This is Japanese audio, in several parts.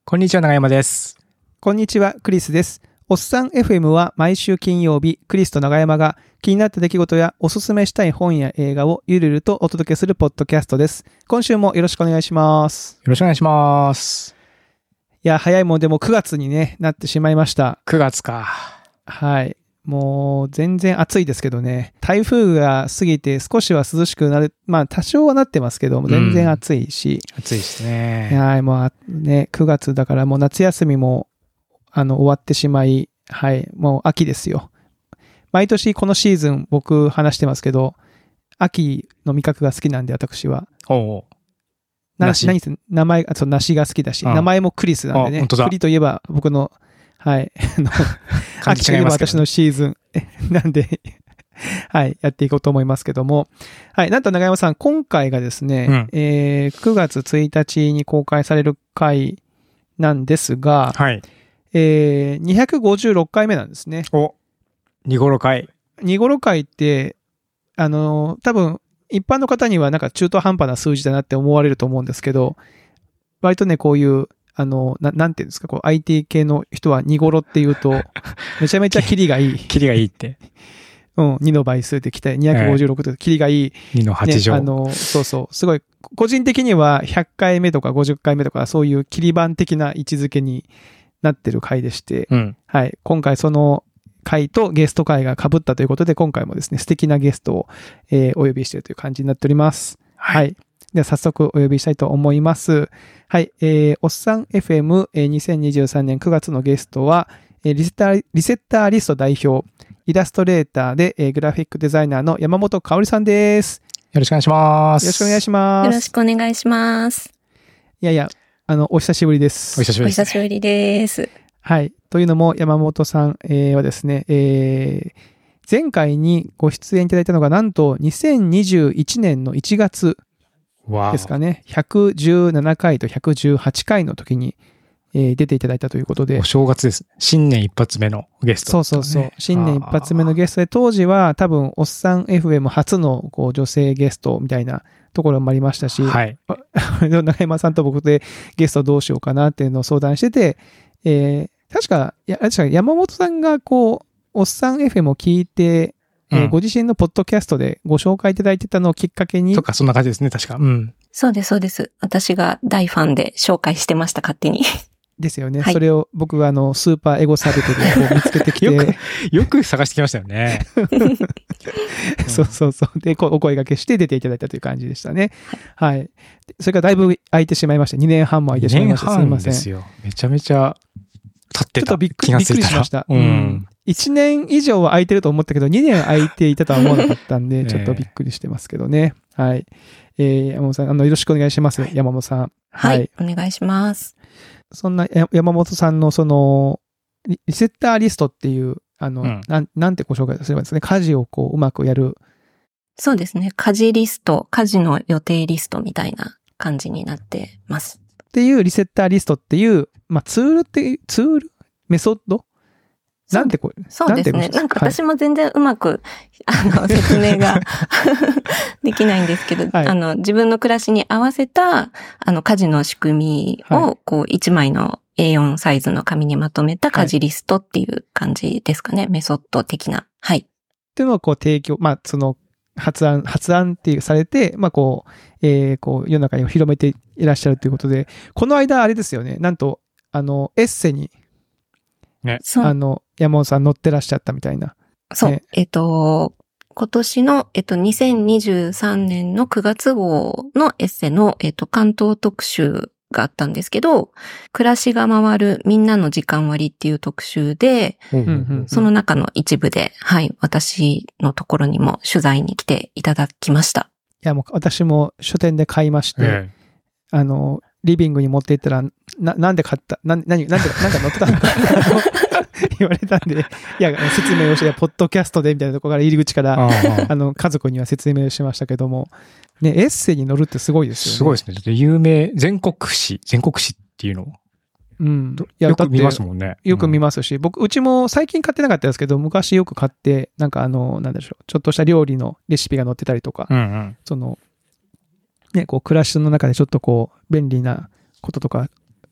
こんにちは、長山です。 こんにちは、クリスです。おっさん FM は毎週金曜日、クリスと長山が気になった出来事やおすすめしたい本や映画をゆるゆるとお届けするポッドキャストです。今週もよろしくお願いします。 よろしくお願いします。 いや、早いもんでも9月に、なってしまいました。 9月か。 はい。もう全然暑いですけどね。台風が過ぎて少しは涼しくなる。まあ多少はなってますけども、全然暑いし。 暑いですね。 はい、もうね、9月だからもう夏休みも終わってしまい、はい、もう秋ですよ。毎年このシーズン僕話してますけど、秋の味覚が好きなんで私は。 おう。 何せ名前、そう、梨が好きだし、名前もクリスなんでね。 本当だ。 栗といえば僕の、はい、秋といえば私のシーズンなんで、はい、やっていこうと思いますけども。はい、なんと長山さん、今回がですね、9月1日に公開される回なんですが、 はい。 256回目なんですね。 お、見頃回。 見頃回って、多分、一般の方にはなんか中途半端な数字だなって思われると思うんですけど、割とね、こういう、なんていうんですか、こう、IT 系の人は見頃っていうと、めちゃめちゃキリがいい。 キリがいいって。 うん、2の倍数で来て、256ってキリがいい。 2の8乗。 そうそう、すごい、個人的には100回目とか50回目とか、そういうキリ番的な位置づけになってる回でして、はい、今回その回とゲスト回が被ったということで、今回もですね、素敵なゲストを、お呼びしているという感じになっております。はい。では早速お呼びしたいと思います。はい。おっさん FM2023 年9月のゲストは、リセッターリスト代表、イラストレーターで、グラフィックデザイナーの山本香織さんです。 よろしくお願いします。 よろしくお願いします。 よろしくお願いします。 いや、お久しぶりです。 お久しぶりです、 お久しぶりです。 はい。というのも、山本さん、はですね、前回にご出演いただいたのが、なんと2021年の1月ですかね。117回と118回の時に、出ていただいたということで。 お正月です。新年一発目のゲスト、ね。 そう。新年一発目のゲストで、当時は多分、おっさん FM 初のこう女性ゲストみたいなところもありましたし、 はい。 中山さんと僕でゲストどうしようかなっていうのを相談してて、確か山本さんがこう、おっさん FM を聞いて、ご自身のポッドキャストでご紹介いただいてたのをきっかけに。 とか、そんな感じですね、確か。 そうです。私が大ファンで紹介してました、勝手に。 ですよね。 はい、 それを僕がスーパーエゴサビトで見つけてきてよく探してきましたよね。 そう。で、お声掛けして出ていただいたという感じでしたね。はい。それからだいぶ空いてしまいました。2年半も空いてしまいました。すいません。 ですよ。めちゃめちゃ経ってた。 ちょっとびっくりしました。1年以上は空いてると思ったけど、2年空いていたとは思わなかったんで、ちょっとびっくりしてますけどね。はい。山本さん、よろしくお願いします。山本さん。 はい。お願いします。 そんな山本さんのその、リセッターリストっていう、なんてご紹介すればいいですね。家事をこう、うまくやる。 そうですね。家事リスト、家事の予定リストみたいな感じになってます。 っていうリセッターリストっていう、まあ、ツールメソッドなんてそうですね。なんか私も全然うまく、説明ができないんですけど、はい、自分の暮らしに合わせた、家事の仕組みを、こう、一枚の A4 サイズの紙にまとめた家事リストっていう感じですかね。メソッド的な。はい。 っていうのをこう提供、まあ、その、発案っていうされて、まあ、こう、世の中に広めていらっしゃるということで、この間あれですよね。なんと、エッセに、 ね、 山本さん乗ってらっしゃったみたいな。 そう。ね、今年の、2023年の9月号のエッセの、関東特集があったんですけど、暮らしが回るみんなの時間割っていう特集で、その中の一部で、はい、私のところにも取材に来ていただきました。 いや、もう私も書店で買いまして、リビングに持って行ったら、なんで買ったなんか載ってたのか言われたんで、いや、説明をして、ポッドキャストでみたいなところから入り口から、家族には説明をしましたけども、ね、エッセに載るってすごいですよね。 すごいですね。だって有名、全国紙っていうのよく見ますもんね。 よく見ますし、うちも最近買ってなかったですけど、昔よく買って、なんかなんでしょう、ちょっとした料理のレシピが載ってたりとか、その、ね、こう、暮らしの中でちょっとこう、便利なこととか、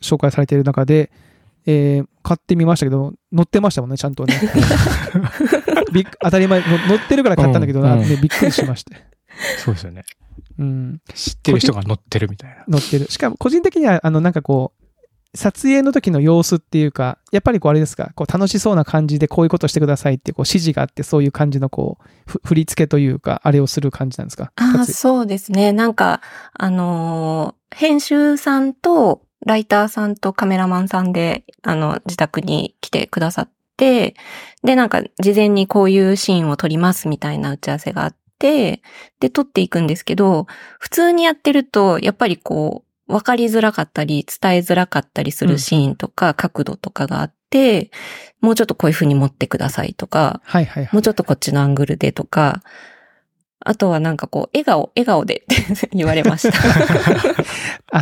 紹介されている中で、買ってみましたけど、載ってましたもんね、ちゃんとね。当たり前、載ってるから買ったんだけどな、びっくりしまして。 そうですよね。 うん。 知ってる人が載ってるみたいな。 載ってる。しかも、個人的には、なんかこう、撮影の時の様子っていうか、やっぱりこうあれですか、こう楽しそうな感じでこういうことしてくださいってこう指示があって、そういう感じのこう、振り付けというか、あれをする感じなんですか？ そうですね。なんか、編集さんと、ライターさんとカメラマンさんで、自宅に来てくださって、で、なんか、事前にこういうシーンを撮りますみたいな打ち合わせがあって、で、撮っていくんですけど、普通にやってると、やっぱりこう、わかりづらかったり、伝えづらかったりするシーンとか、角度とかがあって、もうちょっとこういう風に持ってくださいとか、 はいはいはい、 もうちょっとこっちのアングルでとか、あとはなんかこう、笑顔でって言われました。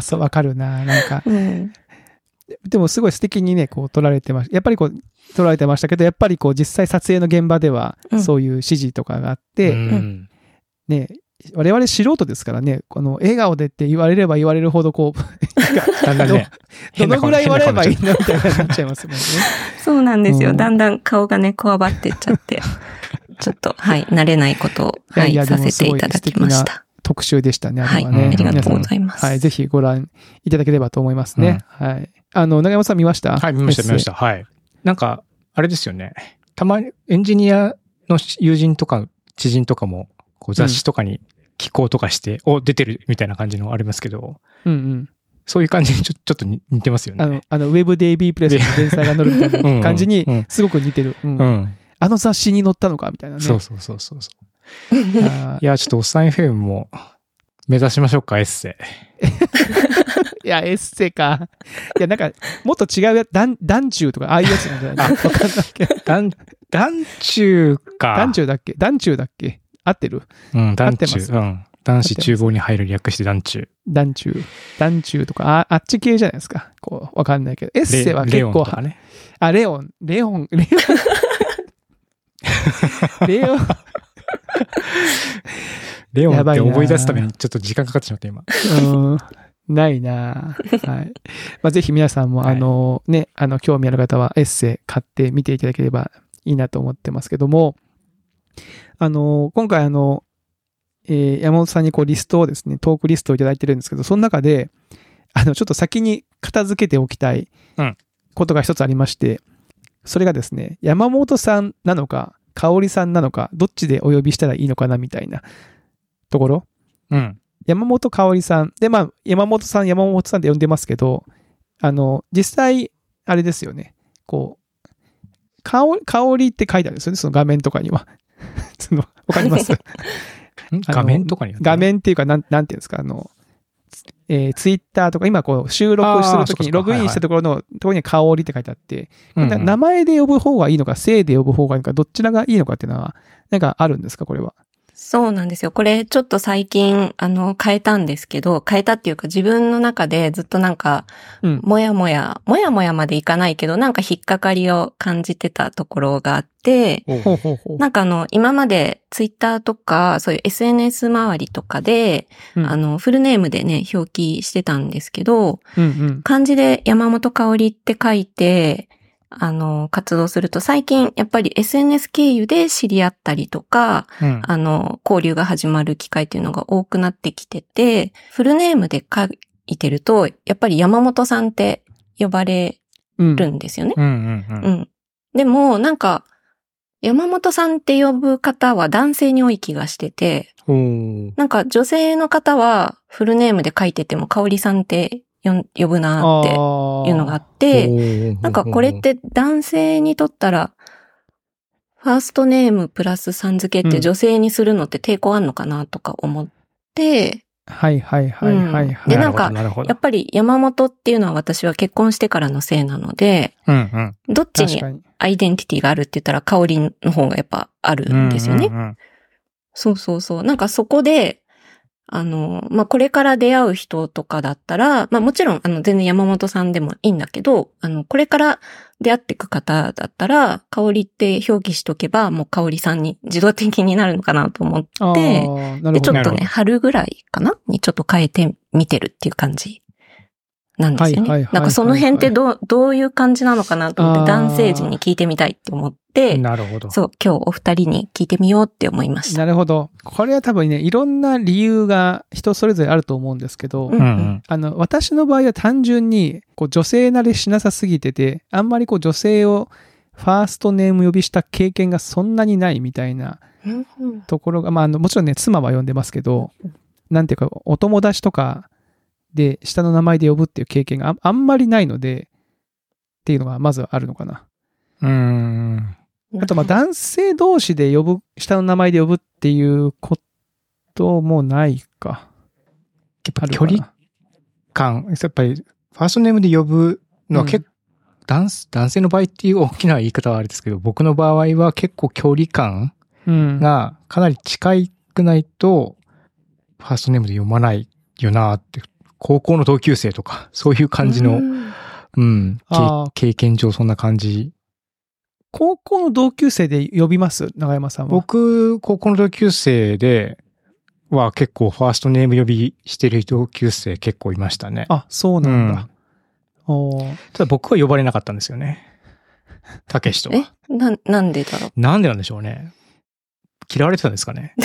そう、わかるな、なんか。でもすごい素敵にね、こう撮られてました。やっぱりこう、撮られてましたけど、やっぱりこう、実際撮影の現場では、そういう指示とかがあって、ね、我々素人ですからね、この笑顔でって言われれば言われるほどこう、 だんだんね、 どのぐらい笑えばいいのみたいになっちゃいますもんね。 そうなんですよ。だんだん顔がね、こわばってっちゃって、ちょっと、はい、慣れないことを、はい、させていただきました。 特集でしたね、あれはね。 はい、ありがとうございます。 はい、ぜひご覧いただければと思いますね。はい。長山さん見ました？ はい、見ました。はい。なんか、あれですよね。たまにエンジニアの友人とか知人とかも、こう雑誌とかに寄稿とかして、出てるみたいな感じのありますけど、そういう感じにちょっと似てますよね。 ウェブデイビープレスの連載が載るみたいな感じに、すごく似てる。雑誌に載ったのかみたいなね。 そう。いや、ちょっとおっさん FM も目指しましょうか、エッセイ。 いや、エッセイか。いや、なんか、もっと違うやつ、団中とか、ああいうやつなんじゃないの？わかんないけど。団中か。団中だっけ合ってる？ 団中。男子厨房に入る略して団中。 団中とか、あっち系じゃないですか。こう、わかんないけど。エッセイは結構、レオンとかね。レオン。レオンって思い出すためにちょっと時間かかってしまった今。 ないなはい。ぜひ皆さんも、興味ある方はエッセイ買って見ていただければいいなと思ってますけども、今回山本さんにこうリストをですね、トークリストをいただいてるんですけど、その中で、ちょっと先に片付けておきたいことが一つありまして、それがですね、山本さんなのか、香織さんなのか、どっちでお呼びしたらいいのかなみたいなところ。山本香織さん。で、山本さんって呼んでますけど、実際、あれですよね。こう、香織って書いてあるんですよね、その画面とかには。わかります画面とかに画面っていうか、なんていうんですか、ツイッターとか、今こう収録するときにログインしたところのところに香りって書いてあって、名前で呼ぶ方がいいのか、姓で呼ぶ方がいいのか、どちらがいいのかっていうのは、なんかあるんですか、これは。 そうなんですよ。これちょっと最近、変えたんですけど、変えたっていうか自分の中でずっとなんか、もやもやまでいかないけど、なんか引っかかりを感じてたところがあって、なんか今までツイッターとか、そういう SNS 周りとかで、フルネームでね、表記してたんですけど、漢字で山本香織って書いて、活動すると最近やっぱり SNS 経由で知り合ったりとか、交流が始まる機会っていうのが多くなってきてて、フルネームで書いてると、やっぱり山本さんって呼ばれるんですよね。でもなんか、山本さんって呼ぶ方は男性に多い気がしてて、なんか女性の方はフルネームで書いてても香織さんって呼ぶなっていうのがあって、なんかこれって男性にとったら、ファーストネームプラスさん付けって女性にするのって抵抗あんのかなとか思って、で、なんか、やっぱり山本っていうのは私は結婚してからのせいなので、どっちにアイデンティティがあるって言ったら香りの方がやっぱあるんですよね。そう。なんかそこで、これから出会う人とかだったら、もちろん、全然山本さんでもいいんだけど、これから出会っていく方だったら、香りって表記しとけば、もう香りさんに自動的になるのかなと思って、で、ちょっとね、春ぐらいかなにちょっと変えてみてるっていう感じなんですよね。なんかその辺ってどういう感じなのかなと思って、男性陣に聞いてみたいって思って、 なるほど。 そう、今日お二人に聞いてみようって思いました。 なるほど。これは多分ね、いろんな理由が人それぞれあると思うんですけど、私の場合は単純にこう女性慣れしなさすぎてて、あんまりこう女性をファーストネーム呼びした経験がそんなにないみたいなところが、もちろんね、妻は呼んでますけど、なんていうか、お友達とかで下の名前で呼ぶっていう経験があんまりないので、っていうのがまずあるのかな。あと、男性同士で下の名前で呼ぶっていうこともないか。 やっぱ距離感、やっぱりファーストネームで呼ぶのは結構、男性の場合っていう大きな言い方はあれですけど、僕の場合は結構距離感がかなり近くないと、ファーストネームで読まないよなって、高校の同級生とか、そういう感じの、経験上そんな感じ。 高校の同級生で呼びます永山さんは。 僕、高校の同級生では結構ファーストネーム呼びしてる同級生結構いましたね。 あ、そうなんだ。 ただ僕は呼ばれなかったんですよね。たけしとは。 なんでだろう。 なんでなんでしょうね。嫌われてたんですかね。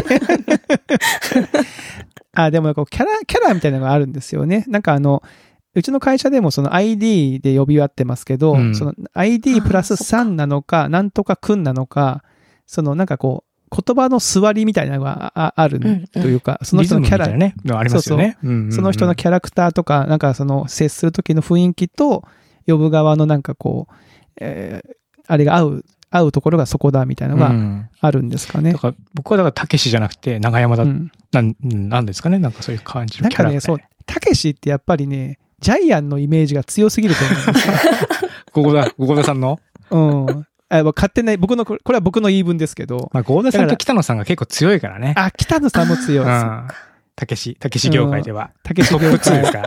でもキャラみたいなのがあるんですよね。なんかうちの会社でもその ID で呼び合ってますけど、その ID プラス3なのか、なんとかくんなのか、そのなんかこう、言葉の座りみたいなのがあるというか、その人のキャラ、 ね、ありますよね。 その人のキャラクターとか、なんかその接する時の雰囲気と、呼ぶ側のなんかこう、あれが合うところがそこだみたいなのがあるんですかね。 だから僕はだからたけしじゃなくて長山だ、なんですかね、なんかそういう感じのキャラクター。なんかね、そう、 たけしってやっぱりね、ジャイアンのイメージが強すぎると思うんですよ。 ゴ田さんの勝手な、これは僕の言い分ですけど。 ゴ田さんと北野さんが結構強いからね。 北野さんも強い。 たけし業界では。 たけし業界ですから。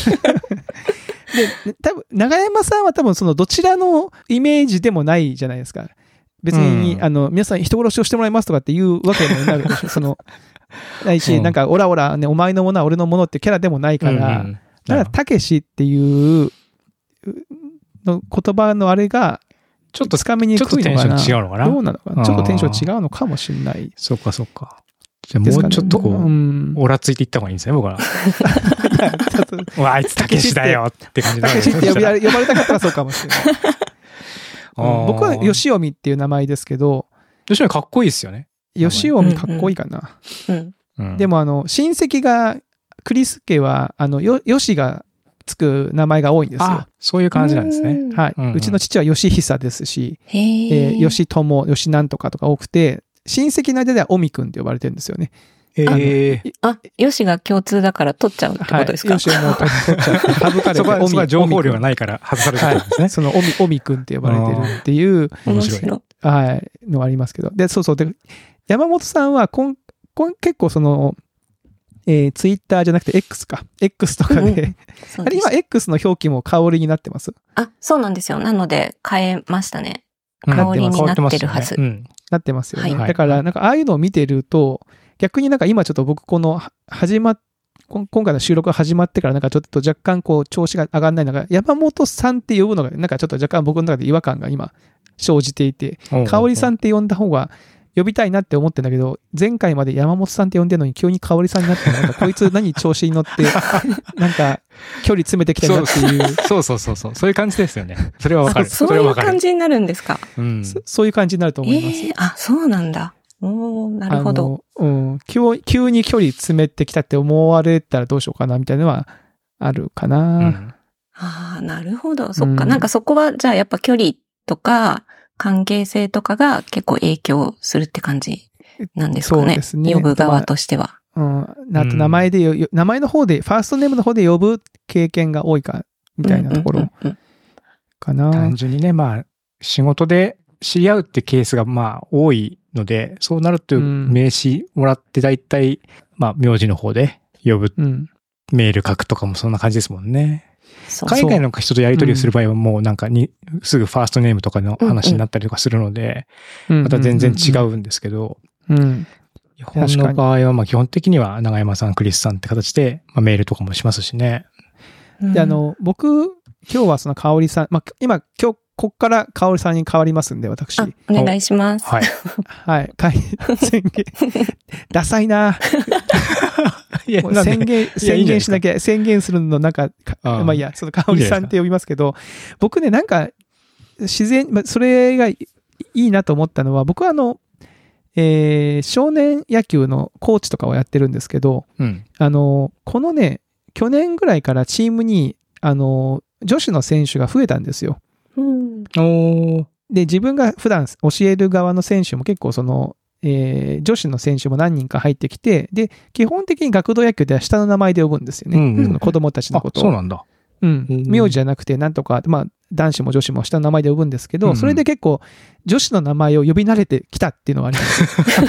で、多分、長山さんは多分そのどちらのイメージでもないじゃないですか。別に、皆さん人殺しをしてもらいますとかっていうわけにもなるでしょ。ないし、なんか、オラオラね、お前のものは俺のものってキャラでもないから、だから、たけしっていうの言葉のあれが、ちょっとつかみにくいのかな。 ちょっとテンション違うのかな。 どうなのかな。ちょっとテンション違うのかもしれない。 そうか。じゃあもうちょっとこう、オラついていった方がいいんですね、僕は。あいつたけしだよって感じだね。 たけしって呼ばれた方はそうかもしれない。僕は吉臣っていう名前ですけど。 吉臣かっこいいですよね。 吉臣かっこいいかな。でも親戚が、クリス家は、吉がつく名前が多いんですよ。 そういう感じなんですね。 はい。うちの父は吉久ですし、吉友、吉なんとかとか多くて、親戚の間ではオミくんって呼ばれてるんですよね。 吉が共通だから取っちゃうってことですか？ 吉をもう取っちゃう。省かれて、 そこは情報量がないから外されてるんですね。 そのオミくんって呼ばれてるっていう、 面白い。 はい、のがありますけど。で、で、山本さんは結構その、ツイッターじゃなくて X か。X とかで。あれ今 X の表記も香りになってます？ そうなんですよ。なので変えましたね。香りになってるはず。 なってますよね。だから、なんかああいうのを見てると、逆になんか今ちょっと僕今回の収録が始まってからなんかちょっと若干こう調子が上がんないのが、山本さんって呼ぶのがなんかちょっと若干僕の中で違和感が今生じていて、香織さんって呼んだ方が呼びたいなって思ってんだけど、前回まで山本さんって呼んでるのに急に香織さんになって、なんかこいつ何調子に乗って、なんか距離詰めてきてるなっていう。 そう。そういう感じですよね。それはわかる。 そういう感じになるんですか？ そういう感じになると思います。 そうなんだ。なるほど。 急に距離詰めてきたって思われたらどうしようかなみたいなのはあるかな。 なるほど。そっか。なんかそこは、じゃあやっぱ距離とか関係性とかが結構影響するって感じなんですかね。そうですね。呼ぶ側としては。 あと名前の方で、ファーストネームの方で呼ぶ経験が多いか、みたいなところかな。 単純にね、仕事で知り合うってケースが多いので、そうなると名刺もらって大体、名字の方で呼ぶ、メール書くとかもそんな感じですもんね。海外の人とやり取りをする場合はもうなんかすぐファーストネームとかの話になったりとかするので、また全然違うんですけど、日本の場合は基本的には長山さん、クリスさんって形で、メールとかもしますしね。 で、僕、今日はその香織さん、今日、こっから香織さんに変わりますんで、私。 お願いします。 はい。 はい。宣言。ダサいな。いや、宣言しなきゃ、宣言するのなんか、まあいいや、その香織さんって呼びますけど、僕ね、なんか、自然、それがいいなと思ったのは、僕は少年野球のコーチとかをやってるんですけど、このね、去年ぐらいからチームに、女子の選手が増えたんですよ。で、自分が普段教える側の選手も結構女子の選手も何人か入ってきて、で、基本的に学童野球では下の名前で呼ぶんですよね。その子供たちのことを。 そうなんだ。 名字じゃなくて、なんとか、男子も女子も下の名前で呼ぶんですけど、それで結構、女子の名前を呼び慣れてきたっていうのはあります。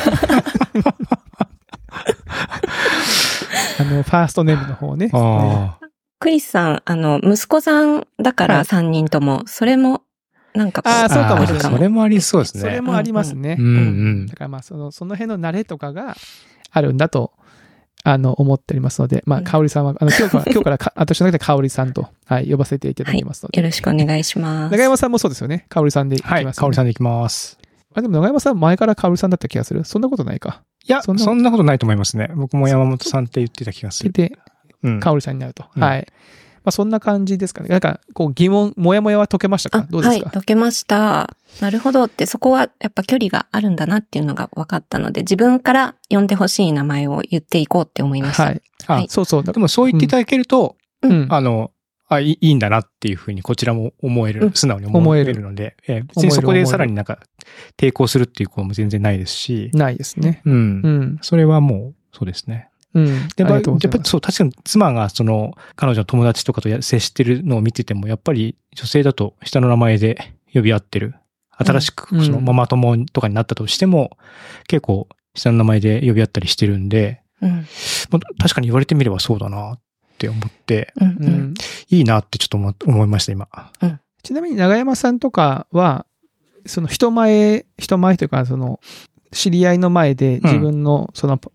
ファーストネームの方ね。 クリスさん、息子さんだから3人とも、それも、なんかそうかもしれない。 それもありそうですね。 それもありますね。だからその辺の慣れとかがあるんだと、思っておりますので、香織さんは、今日から私の中で香織さんと、呼ばせていただきますので。 よろしくお願いします。 長山さんもそうですよね。香織さんでいきます。 はい、香織さんでいきます。 でも長山さん前から香織さんだった気がする。そんなことないか。 いや、そんなことないと思いますね。僕も山本さんって言ってた気がする。 で、香織さんになると。はい。そんな感じですかね。なんか、疑問、もやもやは解けましたか？どうですか？ はい、解けました。なるほどって、そこはやっぱ距離があるんだなっていうのが分かったので、自分から呼んでほしい名前を言っていこうって思いました。 はい。そう。 でもそう言っていただけると、いいんだなっていうふうにこちらも思える、素直に思えるので、別にそこでさらになんか抵抗するっていうことも全然ないですし。 ないですね。 それはもう、そうですね。やっぱりそう、確かに妻が彼女の友達とかと接してるのを見てても、やっぱり女性だと下の名前で呼び合ってる。新しくママ友とかになったとしても、結構下の名前で呼び合ったりしてるんで、確かに言われてみればそうだなって思って、いいなってちょっと思いました、今。 ちなみに長山さんとかは、人前というか、知り合いの前で自分の、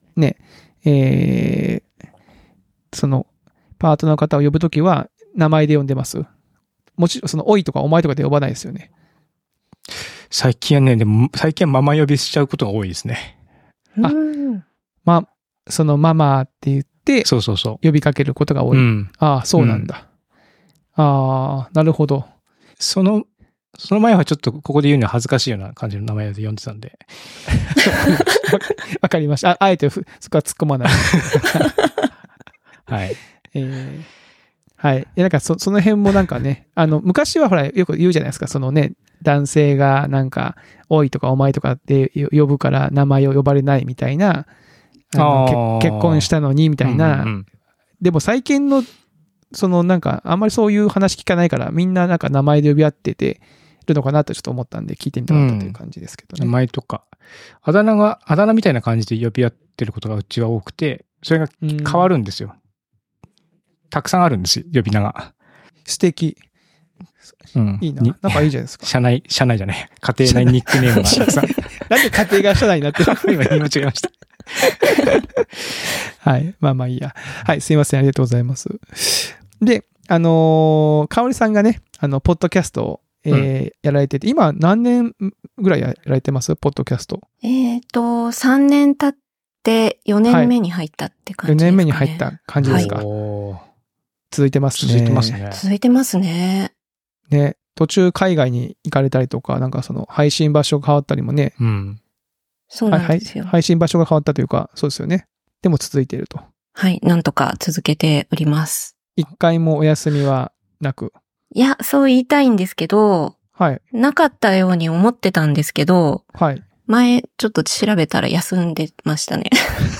パートナーの方を呼ぶときは名前で呼んでます？もちろん、おいとかお前とかで呼ばないですよね。 最近はね、でも最近はママ呼びしちゃうことが多いですね。 ママって言って、呼びかけることが多い。そうなんだ。なるほど。 その前はちょっとここで言うのは恥ずかしいような感じの名前で呼んでたんで。 わかりました。あえてそこは突っ込まない。 はい。 はい。なんかその辺もなんかね、昔はほら、よく言うじゃないですか、男性がなんか、おいとかお前とかって呼ぶから名前を呼ばれないみたいな、結婚したのにみたいな。でも最近の、なんか、あんまりそういう話聞かないから、みんななんか名前で呼び合っててるのかなとちょっと思ったんで、聞いてみたかったという感じですけどね。 名前とか、あだ名みたいな感じで呼び合ってることがうちは多くて、それが変わるんですよ。たくさんあるんですよ、呼び名が。 素敵。いいな。なんかいいじゃないですか。 社内じゃない。家庭内ニックネームがたくさん。 なんで家庭が社内になってるの？ 今言い間違えました。 はい。まあいいや。はい。すいません。ありがとうございます。で、香織さんがね、ポッドキャストを、やられてて、今何年ぐらいやられてます？ポッドキャスト。 3年経って4年目に入ったって感じですかね。4 年目に入った感じですか。続いてますね。 続いてますね。 ね。途中海外に行かれたりとか、なんか配信場所が変わったりもね。 そうなんですよ。 配信場所が変わったというか、そうですよね。でも続いていると。 はい。なんとか続けております。 一回もお休みはなく。 いや、そう言いたいんですけど、なかったように思ってたんですけど、前ちょっと調べたら休んでましたね。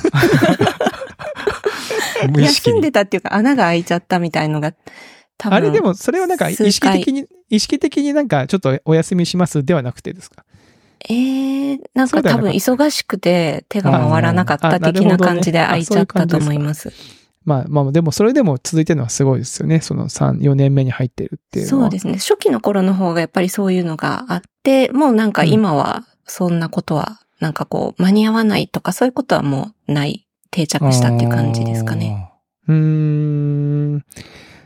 休んでたっていうか穴が開いちゃったみたいのが多分。 あれでもそれはなんか意識的になんかちょっとお休みしますではなくてですか？ なんか多分忙しくて手が回らなかった的な感じで開いちゃったと思います。 まあでもそれでも続いてるのはすごいですよね。4年目に入ってるっていうのは。 そうですね。初期の頃の方がやっぱりそういうのがあって、もうなんか今はそんなことはなんか間に合わないとかそういうことはもうない。定着したっていう感じですかね。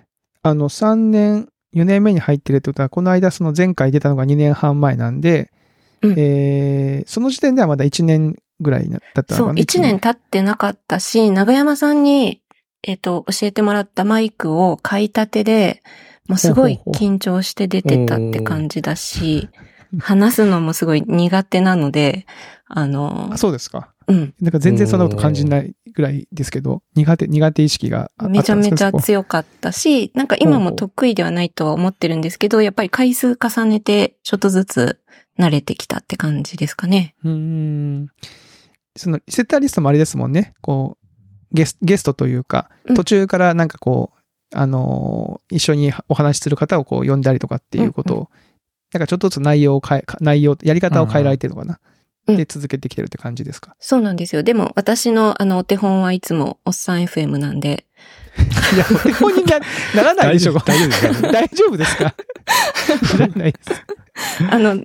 3年、4年目に入ってるってことは、この間その前回出たのが2年半前なんで、その時点ではまだ1年ぐらいだったのかな。 そう、1年経ってなかったし、長山さんに、教えてもらったマイクを買いたてで、もうすごい緊張して出てたって感じだし、話すのもすごい苦手なので、 そうですか。 うん。 なんか全然そんなこと感じないぐらいですけど、苦手意識があったんですか？ めちゃめちゃ強かったし、なんか今も得意ではないとは思ってるんですけど、やっぱり回数重ねてちょっとずつ慣れてきたって感じですかね。 そのリセッターリストもあれですもんね。こう、ゲストというか、途中からなんかこう、一緒にお話しする方をこう呼んだりとかっていうことを、なんかちょっとずつ内容、やり方を変えられてるのかな。で、続けてきてるって感じですか？ そうなんですよ。でも私のお手本はいつもおっさん FM なんで。 いや、お手本にならないでしょ。大丈夫ですか？大丈夫ですか？知らないです。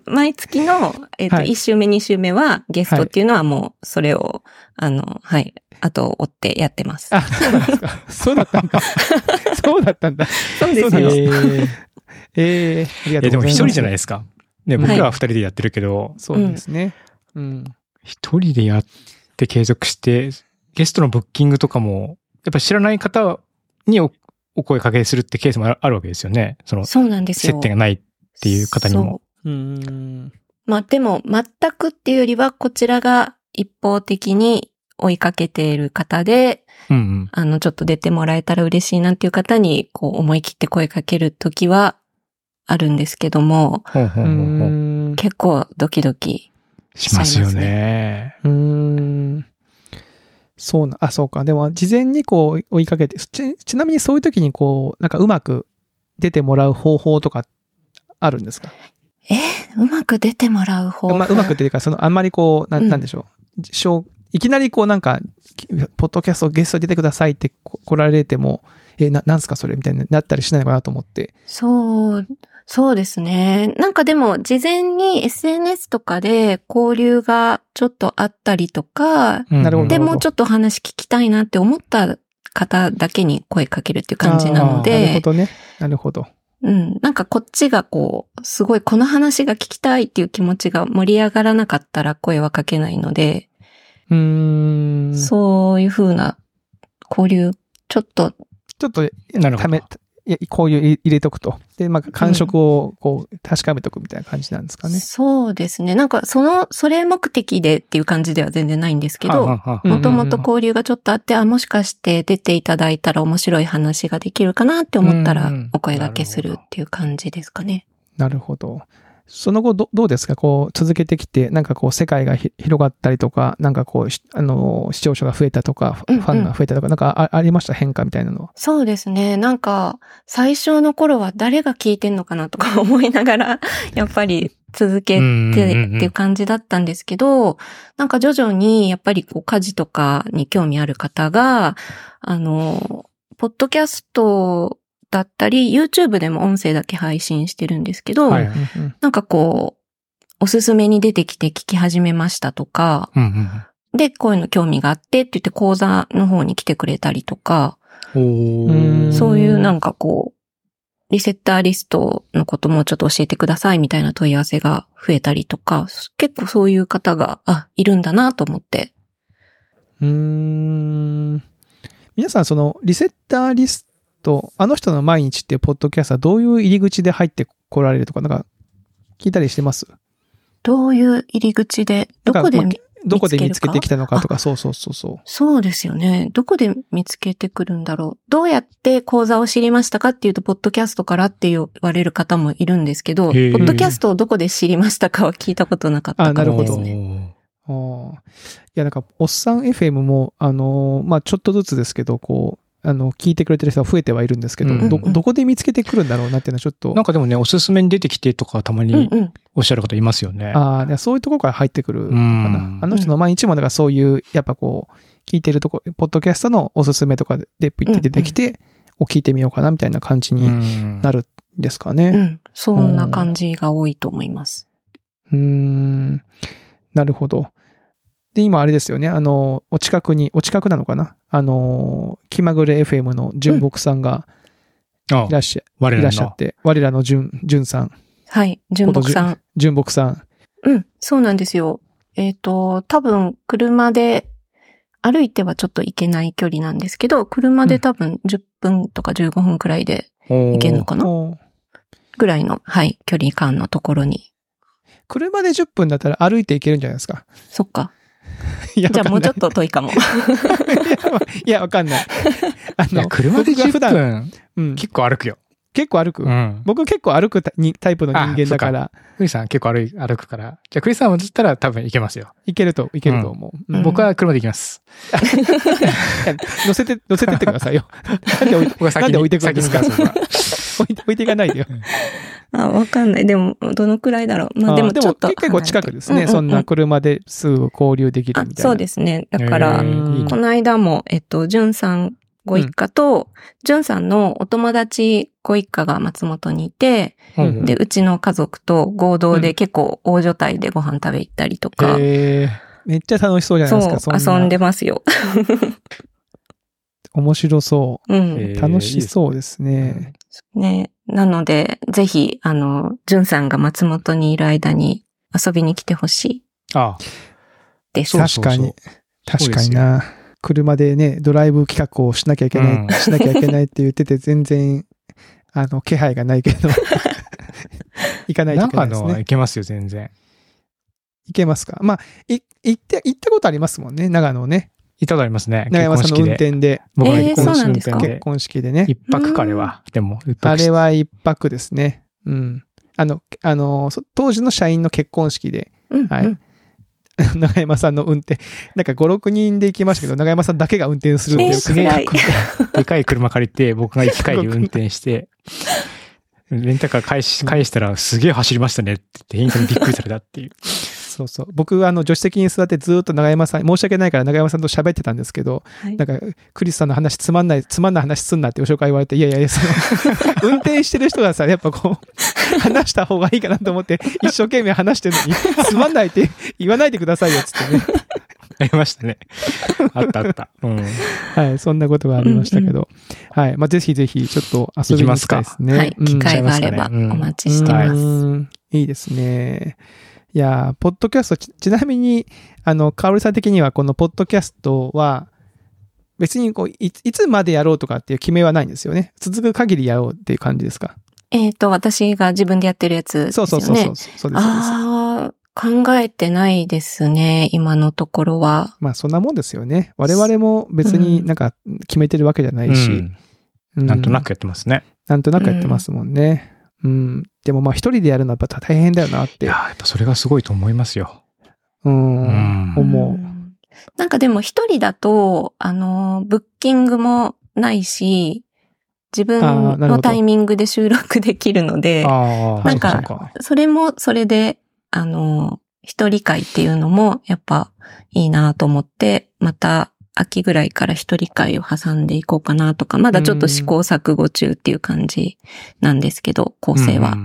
毎月の、1週目、2週目はゲストっていうのはもう、それを、後を追ってやってます。 あ、そうなんですか。そうだったんだ。そうだったんだ。 そうですよ。 ありがとうございます。 でも一人じゃないですか。ね、僕らは2人でやってるけど。 そうですね。 一人でやって継続して、ゲストのブッキングとかも、やっぱり知らない方にお声かけするってケースもあるわけですよね。 そうなんですよ。 接点がないっていう方にも。 まあでも、全くっていうよりは、こちらが一方的に追いかけている方で、ちょっと出てもらえたら嬉しいなっていう方に、こう思い切って声かけるときはあるんですけども、結構ドキドキしますよね。 そうか。でも、事前にこう追いかけて、ちなみにそういう時にこう、なんかうまく出てもらう方法とかあるんですか？ うまく出てもらう方法。 うまくっていうか、あんまりこう、なんでしょう。いきなりこうなんか、ポッドキャストゲスト出てくださいって来られても、なんすかそれみたいになったりしないのかなと思って。 そうですね。なんかでも、事前に SNS とかで交流がちょっとあったりとか、でもうちょっと話聞きたいなって思った方だけに声かけるっていう感じなので。 なるほどね。なるほど。 なんかこっちがこう、すごいこの話が聞きたいっていう気持ちが盛り上がらなかったら声はかけないので、そういう風な交流、ちょっと、 なるほど。 こういう入れとくと。で、感触をこう確かめとくみたいな感じなんですかね。 そうですね。なんかそれ目的でっていう感じでは全然ないんですけど、もともと交流がちょっとあって、もしかして出ていただいたら面白い話ができるかなって思ったらお声掛けするっていう感じですかね。 なるほど。その後どうですか？こう続けてきて、なんかこう世界が広がったりとか、なんかこう視聴者が増えたとか、ファンが増えたとか、なんかありました？変化みたいなのは。 そうですね。なんか最初の頃は誰が聞いてんのかなとか思いながらやっぱり続けてっていう感じだったんですけど、なんか徐々にやっぱりこう家事とかに興味ある方がポッドキャストだったり、YouTube でも音声だけ配信してるんですけど、なんかこう、おすすめに出てきて聞き始めましたとか、で、こういうの興味があってって言って講座の方に来てくれたりとか、そういうなんかこう、リセッターリストのこともちょっと教えてくださいみたいな問い合わせが増えたりとか、結構そういう方が、いるんだなと思って。 皆さんそのリセッターリスト、あの人の毎日っていうポッドキャストはどういう入り口で入ってこられるとか、なんか聞いたりしてます？ どういう入り口で、どこで見つけてきたのかとか、そう。 そうですよね。どこで見つけてくるんだろう。どうやって講座を知りましたかっていうと、ポッドキャストからって言われる方もいるんですけど、ポッドキャストをどこで知りましたかは聞いたことなかったからですね。 いや、なんか、おっさん FM も、ちょっとずつですけど、こう、聞いてくれてる人は増えてはいるんですけど、どこで見つけてくるんだろうなっていうのはちょっと。 なんかでもね、おすすめに出てきてとかたまにおっしゃる方いますよね。 そういうところから入ってくるのかな。あの人の毎日も、だからそういう、やっぱこう、聞いてるとこ、ポッドキャストのおすすめとかでピッて出てきて、聞いてみようかなみたいな感じになるんですかね。 そんな感じが多いと思います。 なるほど。で、今あれですよね。お近くなのかな？気まぐれ FM の純木さんが、 いらっしゃって、我らのじゅんさん。 はい、純木さん。 純木さん。 うん、そうなんですよ。多分、車で、歩いてはちょっと行けない距離なんですけど、車で多分10分とか15分くらいで行けるのかな、ぐらいの、はい、距離感のところに。 車で10分だったら歩いて行けるんじゃないですか。 そっか。じゃあもうちょっと遠いかも。 いや、わかんない。 車で10分、結構歩くよ。 結構歩く、僕結構歩くタイプの人間だから。 クリスさん結構歩くから。じゃあクリスさんもずったら多分行けますよ。 行けると思う。 僕は車で行きます。 乗せてってくださいよ。なんで置いてくるんですか置いていかないでよ。 わかんない。でも、どのくらいだろう。まあでもちょっと。 結構近くですね。そんな車ですぐ交流できるみたいな。 そうですね。だから、この間も、じゅんさんご一家と、じゅんさんのお友達ご一家が松本にいて、で、うちの家族と合同で結構大所帯でご飯食べ行ったりとか。 めっちゃ楽しそうじゃないですか、 そう、遊んでますよ。 面白そう。楽しそうですね。 ね。なので、ぜひ、じゅんさんが松本にいる間に遊びに来てほしい。です。 確かにな。車でね、ドライブ企画をしなきゃいけない、って言ってて、全然、気配がないけど、行かないといけないですね。 行けますよ、全然。 行けますか。まあ、行ったことありますもんね、長野ね。 行ったことありますね。 長山さんの運転で。 僕の結婚式でね。 一泊か、あれは。でも、 あれは一泊ですね。うん。当時の社員の結婚式で、はい。長山さんの運転、なんか5、6人で行きましたけど、長山さんだけが運転するっていう。 すげえ。 でかい車借りて、僕が行き帰り運転して、レンタカー返したら、すげえ走りましたねって言って、店員さんにびっくりされたっていう。 そうそう。僕は助手席に座ってずっと長山さん、申し訳ないから長山さんと喋ってたんですけど、なんか、クリスさんの話つまんない話すんなってご紹介言われて、いや、運転してる人がさ、やっぱこう、話した方がいいかなと思って、一生懸命話してるのに、つまんないって言わないでくださいよ、つってね。 ありましたね。あった。 はい、そんなことがありましたけど。はい。まあ、ぜひぜひ、ちょっと遊びに行きたいですね。 はい。機会があればお待ちしてます。 いいですね。いや、ポッドキャスト、ちなみに、かおりさん的には、このポッドキャストは、別にこういつまでやろうとかっていう決めはないんですよね。続く限りやろうっていう感じですか？ 私が自分でやってるやつですよね。そうです。考えてないですね、今のところは。 まあ、そんなもんですよね。我々も別になんか決めてるわけじゃないし。 なんとなくやってますね。 なんとなくやってますもんね。でもまあ一人でやるのはやっぱ大変だよなって。 いや、やっぱそれがすごいと思いますよ。 思う。 なんかでも一人だと、ブッキングもないし、自分のタイミングで収録できるので、なんか、それもそれで、一人会っていうのもやっぱいいなと思って、また秋ぐらいから一人会を挟んでいこうかなとか、まだちょっと試行錯誤中っていう感じなんですけど、構成は。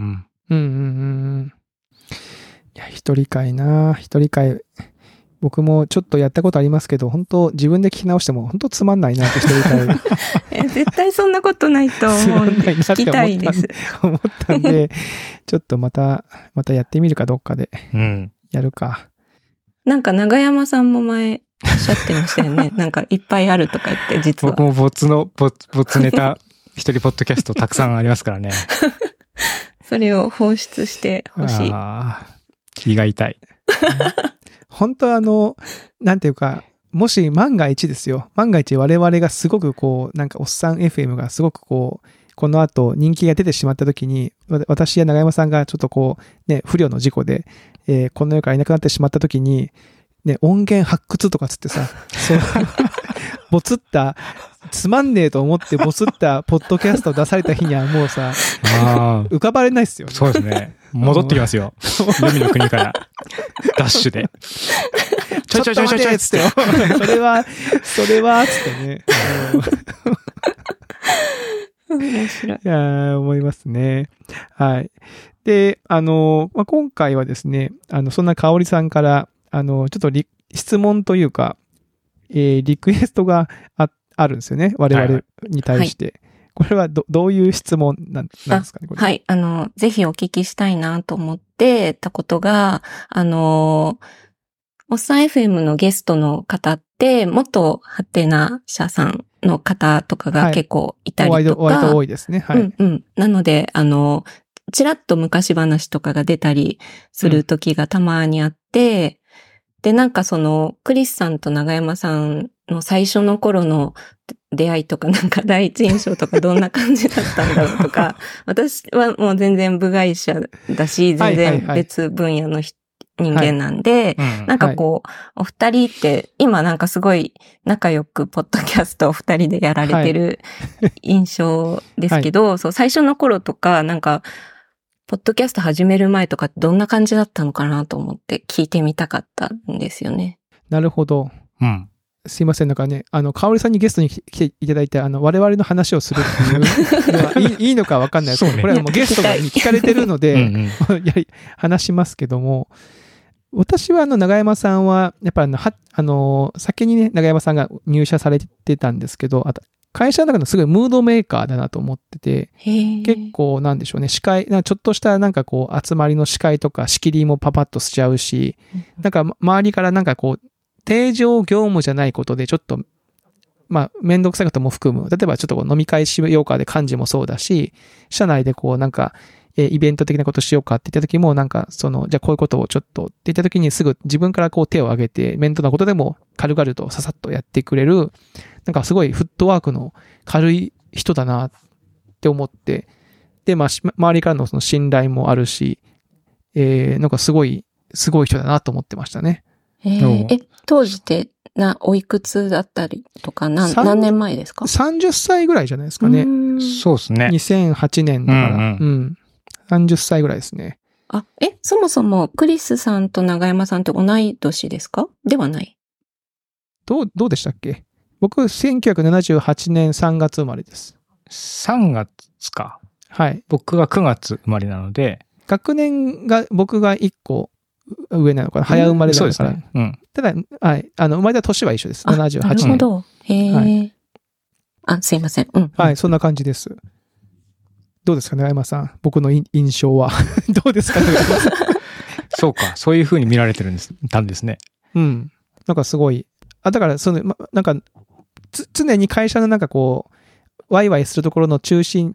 いや、一人会。僕もちょっとやったことありますけど、本当自分で聞き直しても本当つまんないなって一人会。 絶対そんなことないと思うんで聞きたいです。 思ったんで、ちょっとまたやってみるかどっかでやるか。 なんか長山さんも前おっしゃってましたよね。なんかいっぱいあるとか言って実は。 僕もボツネタ一人ポッドキャストたくさんありますからね。 それを放出してほしい。 気が痛い。 本当なんていうか、もし万が一ですよ。万が一我々がすごくこう、なんかおっさん FM がすごくこう、この後人気が出てしまった時に、私や長山さんがちょっとこう、ね、不慮の事故で、この世からいなくなってしまった時に、ね、音源発掘とかつってさ、ボツった、つまんねえと思ってボツったポッドキャスト出された日にはもうさ、浮かばれないっすよね。 そうですね。戻ってきますよ。海の国から。ダッシュで。 ちょっつって。それは、つってね。 面白い。 いや思いますね。はい。で、今回はですね、そんな香織さんから、ちょっと質問というか、リクエストがあるんですよね。我々に対して。 これはどういう質問なんですかね、これ。 はい。ぜひお聞きしたいなと思ってたことが、おっさん FM のゲストの方って、元ハテナ社さんの方とかが結構いたりとか。 割と多いですね。はい。 うんうん。なので、ちらっと昔話とかが出たりする時がたまにあって、で、なんかクリスさんと長山さんの最初の頃の出会いとか、なんか第一印象とかどんな感じだったんだろうとか、私はもう全然部外者だし、全然別分野の人間なんで、なんかこう、お二人って今なんかすごい仲良くポッドキャストを二人でやられてる印象ですけど、そう、最初の頃とか、なんか、ポッドキャスト始める前とかどんな感じだったのかなと思って聞いてみたかったんですよね。 なるほど。 うん。 すいません、なんかね、かおりさんにゲストに来ていただいて、我々の話をするっていうのはいいのかわかんないですけど、ね、これはもうゲストに聞かれてるので、話しますけども、私は長山さんは、やっぱ先にね、長山さんが入社されてたんですけど、会社の中のすごいムードメーカーだなと思ってて、結構なんでしょうね、ちょっとしたなんかこう集まりの司会とか仕切りもパパッとしちゃうし、なんか周りからなんかこう、定常業務じゃないことでちょっと、まあ、めんどくさいことも含む。例えばちょっとこう飲み会しようかで幹事もそうだし、社内でこうなんか、イベント的なことしようかって言った時もなんかじゃあこういうことをちょっとって言った時にすぐ自分からこう手を挙げて、面倒なことでも軽々とささっとやってくれる、なんかすごいフットワークの軽い人だなって思って、で、まあ、周りからのその信頼もあるし、なんかすごい人だなと思ってましたね。 当時っておいくつだったりとか何年前ですか？ 30 歳ぐらいじゃないですかね。 そうですね。 2008年だから、30歳ぐらいですね。 そもそもクリスさんと長山さんって同い年ですか？ではない。 どうでしたっけ？僕、1978年3月生まれです。 3月か。 はい。 僕が9月生まれなので。 学年が僕が1個上なのかな。早生まれだから。そうですね。うん。ただ、はい。生まれた年は一緒です。78年。なるほど。へえ。すいません。 はい、そんな感じです。どうですか、長山さん。僕の印象は。どうですか、長山さん。 そうか。そういう風に見られてたんですね。 うん。なんかすごい。だから、なんか、常に会社のなんかこう、ワイワイするところの中心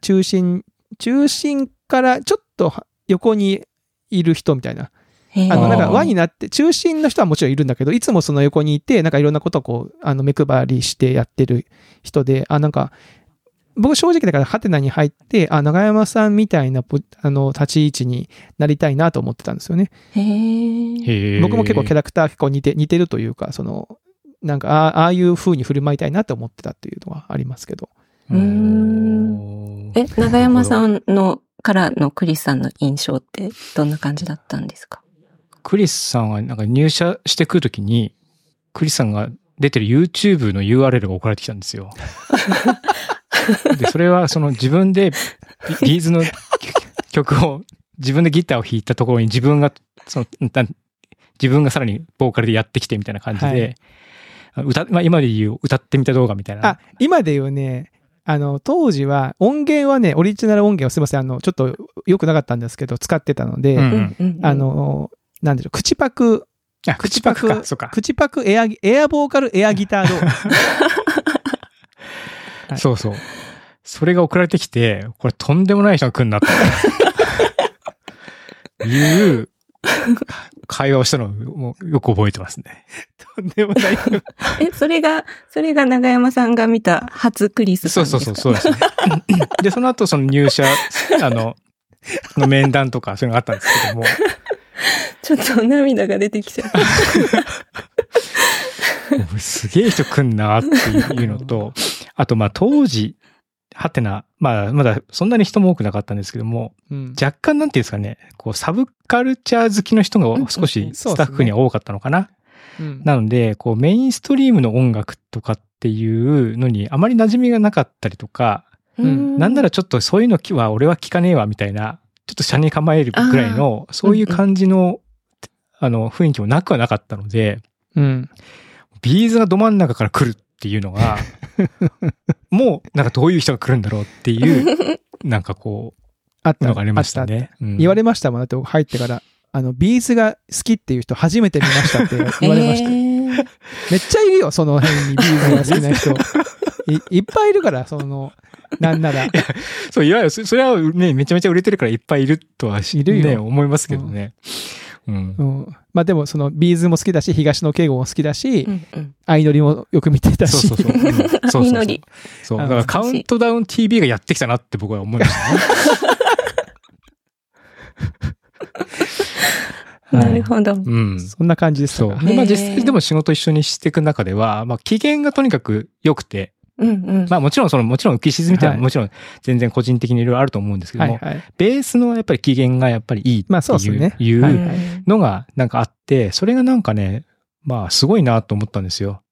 からちょっと横にいる人みたいな。なんか輪になって、中心の人はもちろんいるんだけど、いつもその横にいて、なんかいろんなことをこう、目配りしてやってる人で、なんか、僕正直だからハテナに入って、長山さんみたいな立ち位置になりたいなと思ってたんですよね。僕も結構キャラクター結構似てるというか、なんかああいう風に振る舞いたいなと思ってたっていうのはありますけど。 長山さんからのクリスさんの印象ってどんな感じだったんですか？ クリスさんはなんか入社してくるときに、クリスさんが出てる YouTube の URL が送られてきたんですよ。で、それは自分でビーズの曲を自分でギターを弾いたところに自分がさらにボーカルでやってきてみたいな感じで、今で言う歌ってみた動画みたいな。 今で言うね、当時は音源はね、オリジナル音源はすいません、ちょっと良くなかったんですけど、使ってたので、なんでしょう、口パクエアボーカルエアギター動画。そうそう。それが送られてきて、これとんでもない人が来んなっていう会話をしたのをもうよく覚えてますね。 とんでもない。 それが長山さんが見た初クリスさんですか？ そうですね。で、その後入社、の面談とかそういうのがあったんですけども。 ちょっと涙が出てきちゃう。すげえ人来んなっていうのと、あと当時、ハテナ、まだそんなに人も多くなかったんですけども、若干なんていうんですかね、こうサブカルチャー好きの人が少しスタッフには多かったのかな。なので、こうメインストリームの音楽とかっていうのにあまり馴染みがなかったりとか、なんならちょっとそういうのは俺は聞かねえわみたいな、ちょっと斜に構えるぐらいの、そういう感じの、雰囲気もなくはなかったので、ビーズがど真ん中から来るっていうのが、 もう、なんかどういう人が来るんだろうっていう、なんかこう、 あったのがありましたね。 言われましたもん。だって入ってから、ビーズが好きっていう人初めて見ましたって言われました。めっちゃいるよ、その辺にビーズが好きな人。いっぱいいるから、なんなら。 そう、いわゆる、それはね、めちゃめちゃ売れてるからいっぱいいるとは、 いるよね、思いますけどね。 まあでも、ビーズも好きだし、東野圭吾も好きだし、相乗りもよく見てたし。 そう。相乗り。そう。だからカウントダウン TV がやってきたなって僕は思いましたね。 なるほど。 そんな感じですか。 で、実際でも仕事一緒にしていく中では、機嫌がとにかく良くて、もちろん浮き沈みっていうのはもちろん全然個人的にいろいろあると思うんですけども、ベースのやっぱり機嫌がやっぱりいいっていうのがなんかあって、それがなんかね、すごいなと思ったんですよ。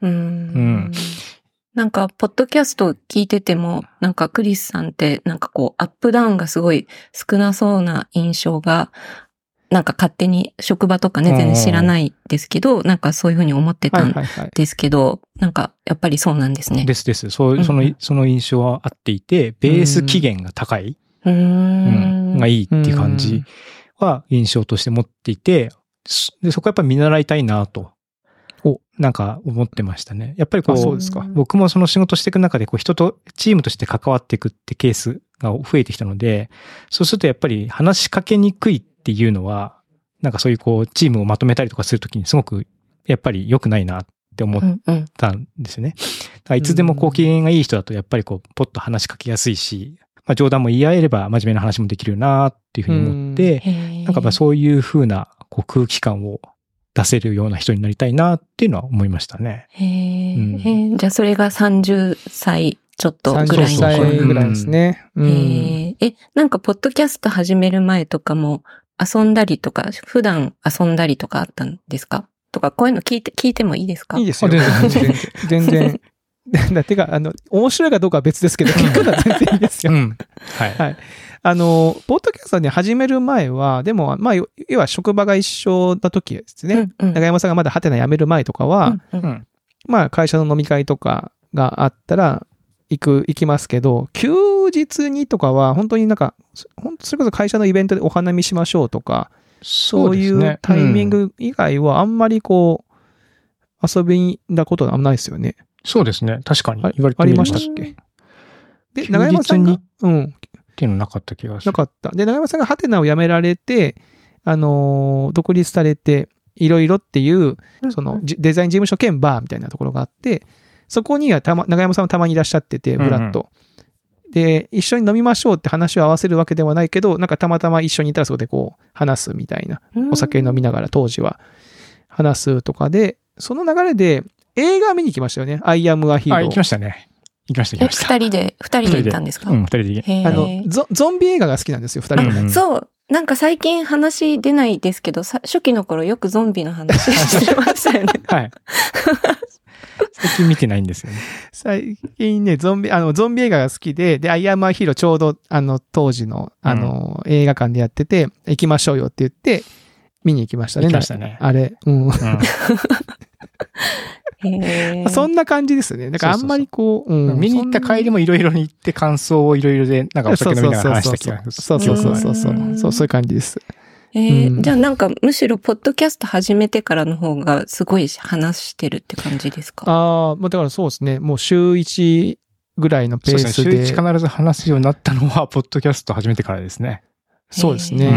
なんか、ポッドキャスト聞いてても、なんかクリスさんってなんかこう、アップダウンがすごい少なそうな印象が、なんか勝手に職場とかね、全然知らないですけど、なんかそういうふうに思ってたんですけど、なんかやっぱりそうなんですね。 です。その印象はあっていて、ベース起源が高い、がいいっていう感じは印象として持っていて、でそこはやっぱり見習いたいなと。なんか思ってましたね。やっぱりそうですか。 僕もその仕事していく中で人とチームとして関わっていくってケースが増えてきたので、そうするとやっぱり話しかけにくいっていうのは、なんかそういうチームをまとめたりとかするときにすごくやっぱり良くないなって思ったんですよね。だからいつでも機嫌がいい人だとやっぱりポッと話しかけやすいし、冗談も言い合えれば真面目な話もできるなっていうふうに思って、なんかそういうふうな空気感を出せるような人になりたいなっていうのは思いましたね。 じゃあそれが30歳ちょっとぐらいの。 30歳ぐらいですね。 なんかポッドキャスト始める前とかも遊んだりとか、普段遊んだりとかあったんですか？とか、こういうの聞いてもいいですか？ いいですよ。全然。だってか、面白いかどうかは別ですけど、聞くのは全然いいですよ。はい。ポッドキャストね、始める前は、でも、要は職場が一緒な時ですね。長山さんがまだハテナ辞める前とかは、会社の飲み会とかがあったら、行きますけど、休日にとかは、本当になんか、それこそ会社のイベントでお花見しましょうとか、そういうタイミング以外は、あんまり遊びに行ったことはないですよね。 そうですね。確かに。言われてありましたっけ？で、長山さんが、 っていうのなかった気がする。 なかった。で、長山さんがハテナを辞められて、独立されて、いろいろっていう、デザイン事務所兼バーみたいなところがあって、そこには長山さんもたまにいらっしゃってて、ブラッと。で、一緒に飲みましょうって話を合わせるわけではないけど、なんかたまたま一緒にいたらそこで話すみたいな。お酒飲みながら当時は話すとかで、その流れで映画見に行きましたよね。I am a hero。 行きましたね。行きました。 二人で行ったんですか？ 二人で。 ゾンビ映画が好きなんですよ、二人とも。 そう。なんか最近話出ないですけど、初期の頃よくゾンビの話してましたよね。 はい。最近見てないんですよね。 最近ね、ゾンビ映画が好きで、アイアムアヒーローちょうど、当時の、映画館でやってて、行きましょうよって言って、見に行きましたね。 行きましたね。 あれ。そんな感じですね。だからあんまり見に行った帰りもいろいろに行って感想をいろいろで、なんかお酒飲みながら話した気がする。 そういう感じです。 じゃあなんかむしろポッドキャスト始めてからの方がすごい話してるって感じですか？ だからそうですね。もう週1ぐらいのペースで。 週1必ず話すようになったのは、ポッドキャスト始めてからですね。 そうですね。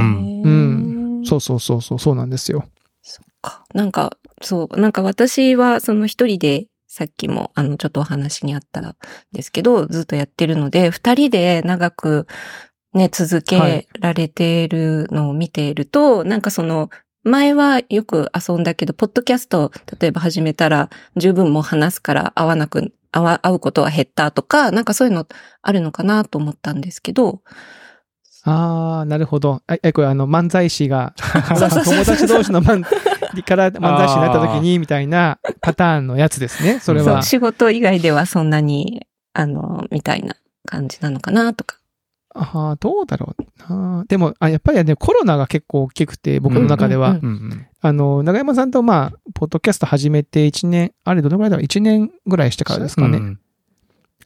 そうなんですよ。 そっか。なんか私は一人で、さっきもちょっとお話にあったんですけど、ずっとやってるので、二人で長くね、続けられているのを見ていると、なんか前はよく遊んだけど、ポッドキャスト、例えば始めたら十分もう話すから会うことは減ったとか、なんかそういうのあるのかなと思ったんですけど。 なるほど。これ漫才師が、友達同士のから漫才師になった時に、みたいなパターンのやつですね。それは。 仕事以外ではそんなに、みたいな感じなのかなとか。 どうだろうな。でも、やっぱりね、コロナが結構大きくて、僕の中では。長山さんとポッドキャスト始めて1年、あれどのぐらいだろう ?1 年ぐらいしてからですかね。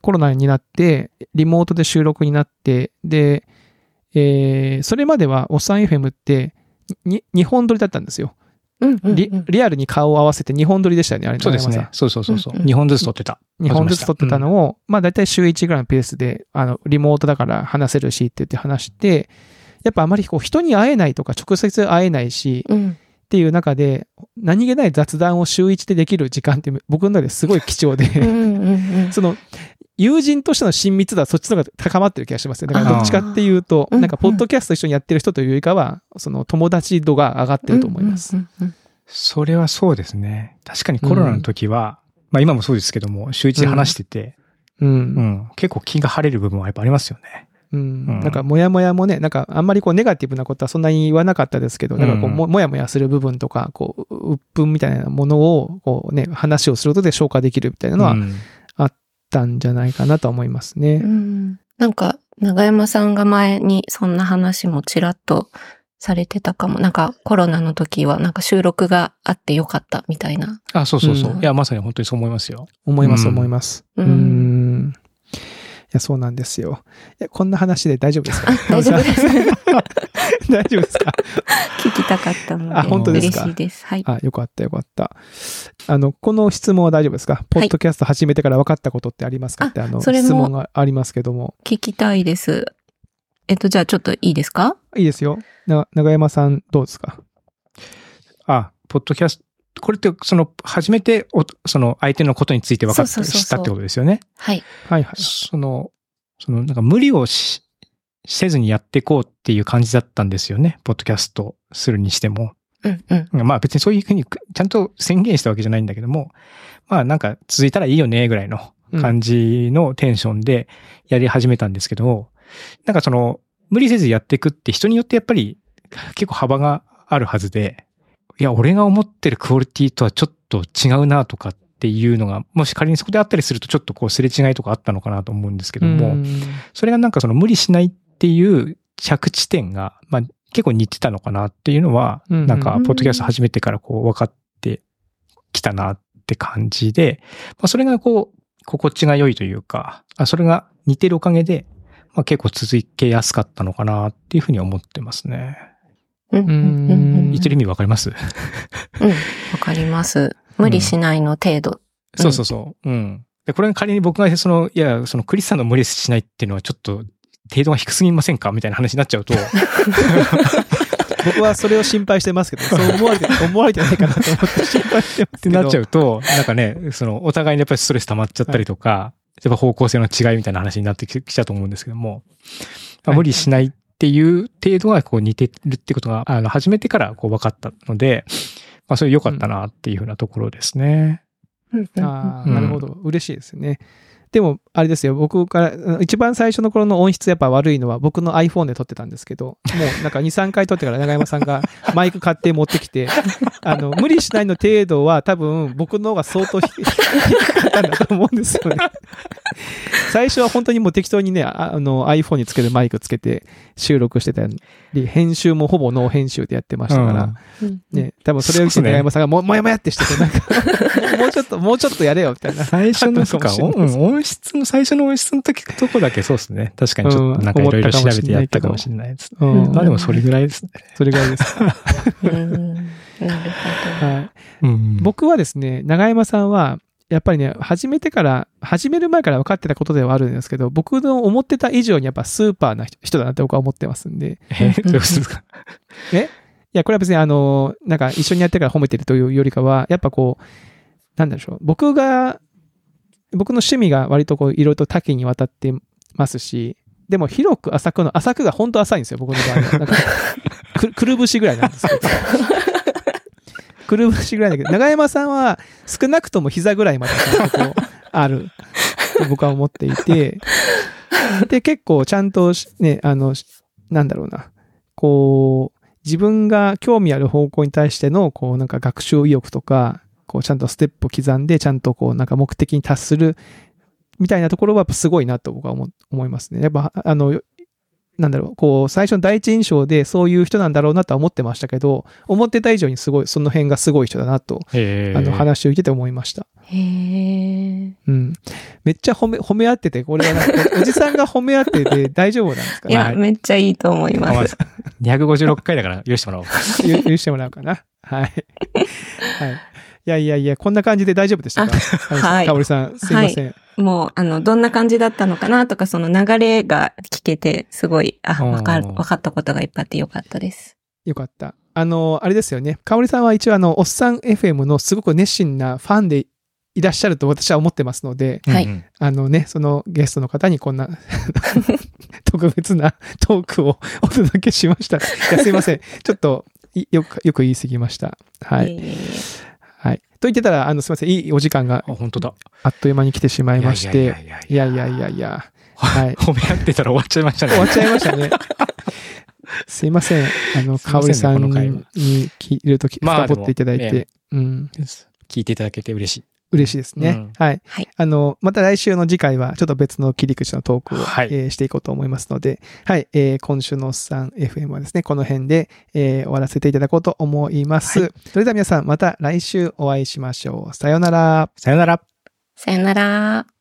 コロナになって、リモートで収録になって、で、それまではおっさん FM って2本撮りだったんですよ。リアルに顔を合わせて2本撮りでしたよね、あれ。 そうですね。そう。2本ずつ撮ってた。 2本ずつ撮ってたのを、まあ大体週1ぐらいのペースで、リモートだから話せるしって言って話して、やっぱあまりこう人に会えないとか直接会えないし、っていう中で、何気ない雑談を週1でできる時間って僕の中ですごい貴重で、その、友人としての親密度はそっちの方が高まってる気がしますよ。だからどっちかっていうと、なんかポッドキャスト一緒にやってる人というよりかは、その友達度が上がってると思います。 それはそうですね。確かにコロナの時は、まあ今もそうですけども、週一で話してて、結構気が晴れる部分はやっぱありますよね。 なんかもやもやもね、なんかあんまりこうネガティブなことはそんなに言わなかったですけど、なんかこうもやもやする部分とか、こう、鬱憤みたいなものを、こうね、話をすることで消化できるみたいなのはあったんじゃないかなと思いますね。 なんか、永山さんが前にそんな話もちらっとされてたかも。なんかコロナの時はなんか収録があってよかったみたいな。 そう。いや、まさに本当にそう思いますよ。 思います。いや、そうなんですよ。いや、こんな話で大丈夫ですか？ 大丈夫です。 大丈夫ですか？ 聞きたかったので。 本当ですか？ 嬉しいです。はい。 よかった。この質問は大丈夫ですか？ポッドキャスト始めてから分かったことってありますかって、質問がありますけども。 聞きたいです。じゃあちょっといいですか？ いいですよ。永山さん、どうですか？ ポッドキャスト、これって、初めて、その相手のことについて知ったってことですよね。 はい。 なんか無理をせずにやっていこうっていう感じだったんですよね。ポッドキャストするにしても。まあ別にそういうふうにちゃんと宣言したわけじゃないんだけども、まあなんか続いたらいいよねぐらいの感じのテンションでやり始めたんですけど、なんか無理せずやっていくって人によってやっぱり結構幅があるはずで、いや、俺が思ってるクオリティとはちょっと違うなとかっていうのが、もし仮にそこであったりするとちょっとこうすれ違いとかあったのかなと思うんですけども、それがなんか無理しないっていう着地点が、まあ結構似てたのかなっていうのは、なんか、ポッドキャスト始めてからこう分かってきたなって感じで、まあそれがこう、心地が良いというか、それが似てるおかげで、まあ結構続けやすかったのかなっていうふうに思ってますね。言ってる意味わかります？わかります。無理しないの程度。 そう。で、これが仮に僕がクリスさんの無理しないっていうのはちょっと程度が低すぎませんかみたいな話になっちゃうと。 僕はそれを心配してますけど、そう思われてないかなと思って心配してますけど。 ってなっちゃうと、なんかね、お互いにやっぱりストレス溜まっちゃったりとか、やっぱ方向性の違いみたいな話になってきちゃうと思うんですけども、まあ、無理しないっていう程度がこう似てるってことが、始めてからこう分かったので、まあそれ良かったなっていうふうなところですね。 なるほど。嬉しいですね。でも、あれですよ、僕から、一番最初の頃の音質やっぱ悪いのは僕の iPhone で撮ってたんですけど、もうなんか2、3回撮ってから永山さんがマイク買って持ってきて、無理しないの程度は多分僕の方が相当低かったんだと思うんですよね。最初は本当にもう適当にね、iPhone につけるマイクつけて収録してたり、編集もほぼノー編集でやってましたから、ね、多分それを見て永山さんがもやもやってしてて、なんか、もうちょっとやれよみたいな。 最初の最初の音質のとこだけそうですね。確かにちょっとなんかいろいろ調べてやったかもしれないです。まあでもそれぐらいですね。 それぐらいですか。なるほど。僕はですね、永山さんは、やっぱりね、始める前から分かってたことではあるんですけど、僕の思ってた以上にやっぱスーパーな人だなって僕は思ってますんで。 どういうことですか？ いや、これは別になんか一緒にやってから褒めてるというよりかは、やっぱこう、なんでしょう。僕の趣味が割とこう、いろいろと多岐にわたってますし、でも広く浅くが本当浅いんですよ、僕の場合は。なんか、くるぶしぐらいなんですけど。くるぶしぐらいだけど、永山さんは少なくとも膝ぐらいまでこうあると僕は思っていて、で、結構ちゃんとね、なんだろうな、こう、自分が興味ある方向に対しての、こう、なんか学習意欲とか、こう、ちゃんとステップを刻んで、ちゃんとこう、なんか目的に達する、みたいなところはやっぱすごいなと僕は思いますね。やっぱ、 なんだろう、こう、最初の第一印象でそういう人なんだろうなとは思ってましたけど、思ってた以上にすごい、その辺がすごい人だなと、話を聞いてて思いました。 へー。 うん。めっちゃ褒め合ってて、これはなんか、おじさんが褒め合ってて大丈夫なんですかね。 いや、めっちゃいいと思います。 256回だから許してもらおう。 許してもらおうかな。はい。はい。いや、こんな感じで大丈夫でしたか？はい。かおりさん、すいません。はい、 もう、どんな感じだったのかなとか、その流れが聞けて、すごい、わかったことがいっぱいあってよかったです。 よかった。あれですよね。かおりさんは一応おっさん FM のすごく熱心なファンでいらっしゃると私は思ってますので、 はい。 そのゲストの方にこんな特別なトークをお届けしました。いや、すいません。ちょっと、よく言い過ぎました。はい。はい。と言ってたら、すいません。いいお時間が、 本当だ。 あっという間に来てしまいまして。いや。 はい。褒め合ってたら終わっちゃいましたね。 終わっちゃいましたね。すいません。かおりさんにいるとき、深掘っていただいて。うん。 聞いていただけて嬉しい。 嬉しいですね。はい。また来週の次回はちょっと別の切り口のトークを、していこうと思いますので、はい。今週のおっさん FM はですね、この辺で、終わらせていただこうと思います。はい、それでは皆さんまた来週お会いしましょう。さようなら。 さようなら。 さようなら。